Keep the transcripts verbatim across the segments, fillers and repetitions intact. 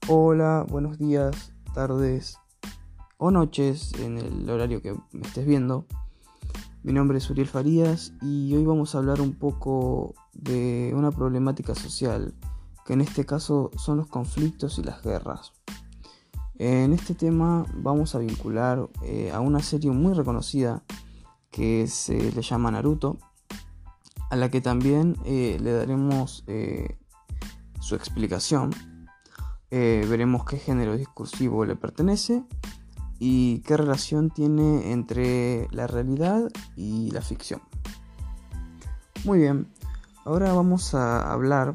Hola, buenos días, tardes o noches en el horario que me estés viendo. Mi nombre es Uriel Farías y hoy vamos a hablar un poco de una problemática social, que en este caso son los conflictos y las guerras. En este tema vamos a vincular eh, a una serie muy reconocida que se le llama Naruto, a la que también eh, le daremos eh, su explicación. Eh, veremos qué género discursivo le pertenece y qué relación tiene entre la realidad y la ficción. Muy bien, ahora vamos a hablar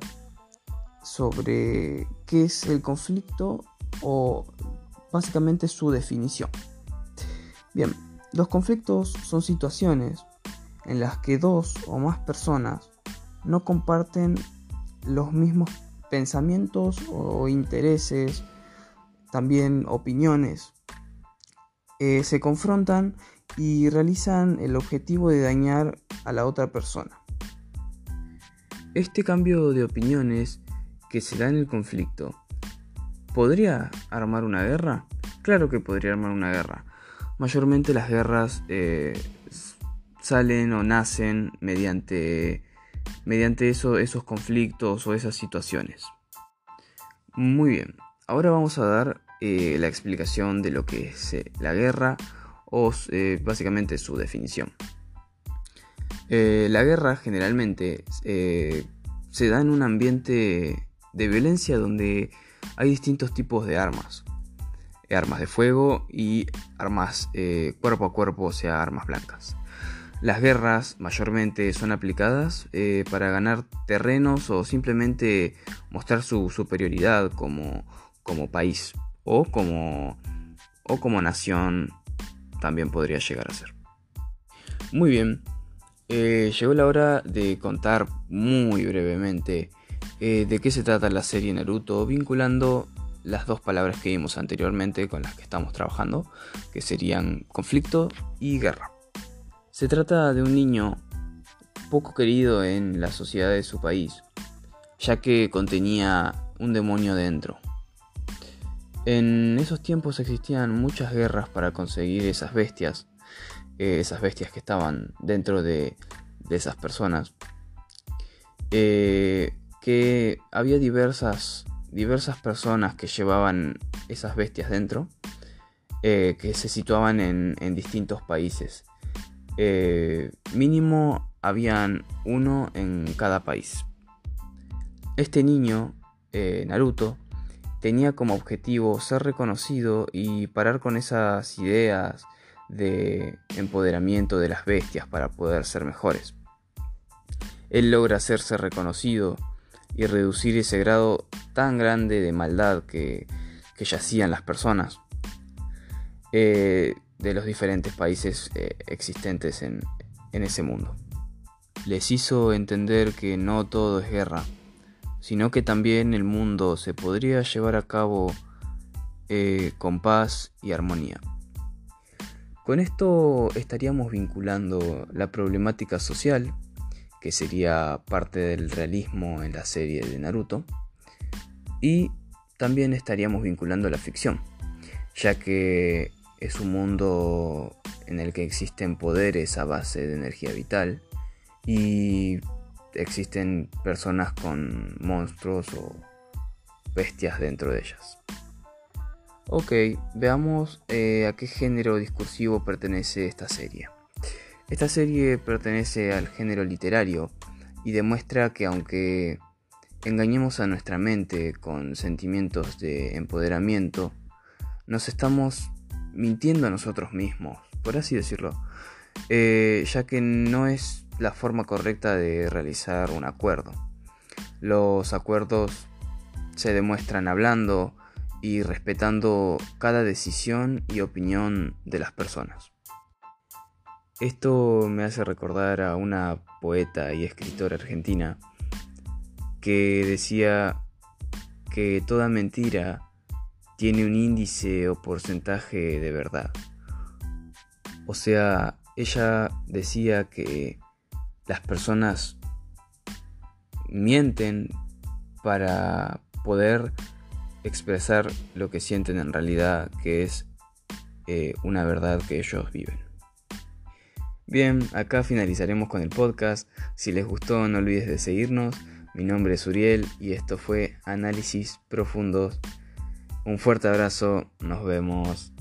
sobre qué es el conflicto o básicamente su definición. Bien, los conflictos son situaciones en las que dos o más personas no comparten los mismos pensamientos o intereses, también opiniones, eh, se confrontan y realizan el objetivo de dañar a la otra persona. Este cambio de opiniones que se da en el conflicto, ¿podría armar una guerra? Claro que podría armar una guerra. Mayormente las guerras eh, salen o nacen mediante mediante eso, esos conflictos o esas situaciones. Muy bien, ahora vamos a dar eh, la explicación de lo que es eh, la guerra o eh, básicamente su definición. Eh, la guerra generalmente eh, se da en un ambiente de violencia donde hay distintos tipos de armas. Armas de fuego y armas eh, cuerpo a cuerpo, o sea, armas blancas. Las guerras mayormente son aplicadas eh, para ganar terrenos o simplemente mostrar su superioridad como, como país o como, o como nación también podría llegar a ser. Muy bien, eh, llegó la hora de contar muy brevemente eh, de qué se trata la serie Naruto, vinculando las dos palabras que vimos anteriormente con las que estamos trabajando, que serían conflicto y guerra. Se trata de un niño poco querido en la sociedad de su país, ya que contenía un demonio dentro. En esos tiempos existían muchas guerras para conseguir esas bestias, eh, esas bestias que estaban dentro de, de esas personas, eh, que había diversas, diversas personas que llevaban esas bestias dentro, eh, que se situaban en, en distintos países. Eh, mínimo habían uno en cada país. Este niño, eh, Naruto, tenía como objetivo ser reconocido y parar con esas ideas de empoderamiento de las bestias para poder ser mejores. Él logra hacerse reconocido y reducir ese grado tan grande de maldad que, que yacían las personas. Eh, de los diferentes países eh, existentes en, en ese mundo. Les hizo entender que no todo es guerra, sino que también el mundo se podría llevar a cabo eh, con paz y armonía. Con esto estaríamos vinculando la problemática social, que sería parte del realismo en la serie de Naruto, y también estaríamos vinculando la ficción, ya que es un mundo en el que existen poderes a base de energía vital y existen personas con monstruos o bestias dentro de ellas. Ok, veamos eh, a qué género discursivo pertenece esta serie. Esta serie pertenece al género literario y demuestra que aunque engañemos a nuestra mente con sentimientos de empoderamiento, nos estamos mintiendo a nosotros mismos, por así decirlo, eh, ya que no es la forma correcta de realizar un acuerdo. Los acuerdos se demuestran hablando y respetando cada decisión y opinión de las personas. Esto me hace recordar a una poeta y escritora argentina que decía que toda mentira tiene un índice o porcentaje de verdad. O sea, ella decía que las personas mienten para poder expresar lo que sienten en realidad, que es eh, una verdad que ellos viven. Bien, acá finalizaremos con el podcast. Si les gustó, no olvides de seguirnos. Mi nombre es Uriel y esto fue Análisis Profundos. Un fuerte abrazo, nos vemos.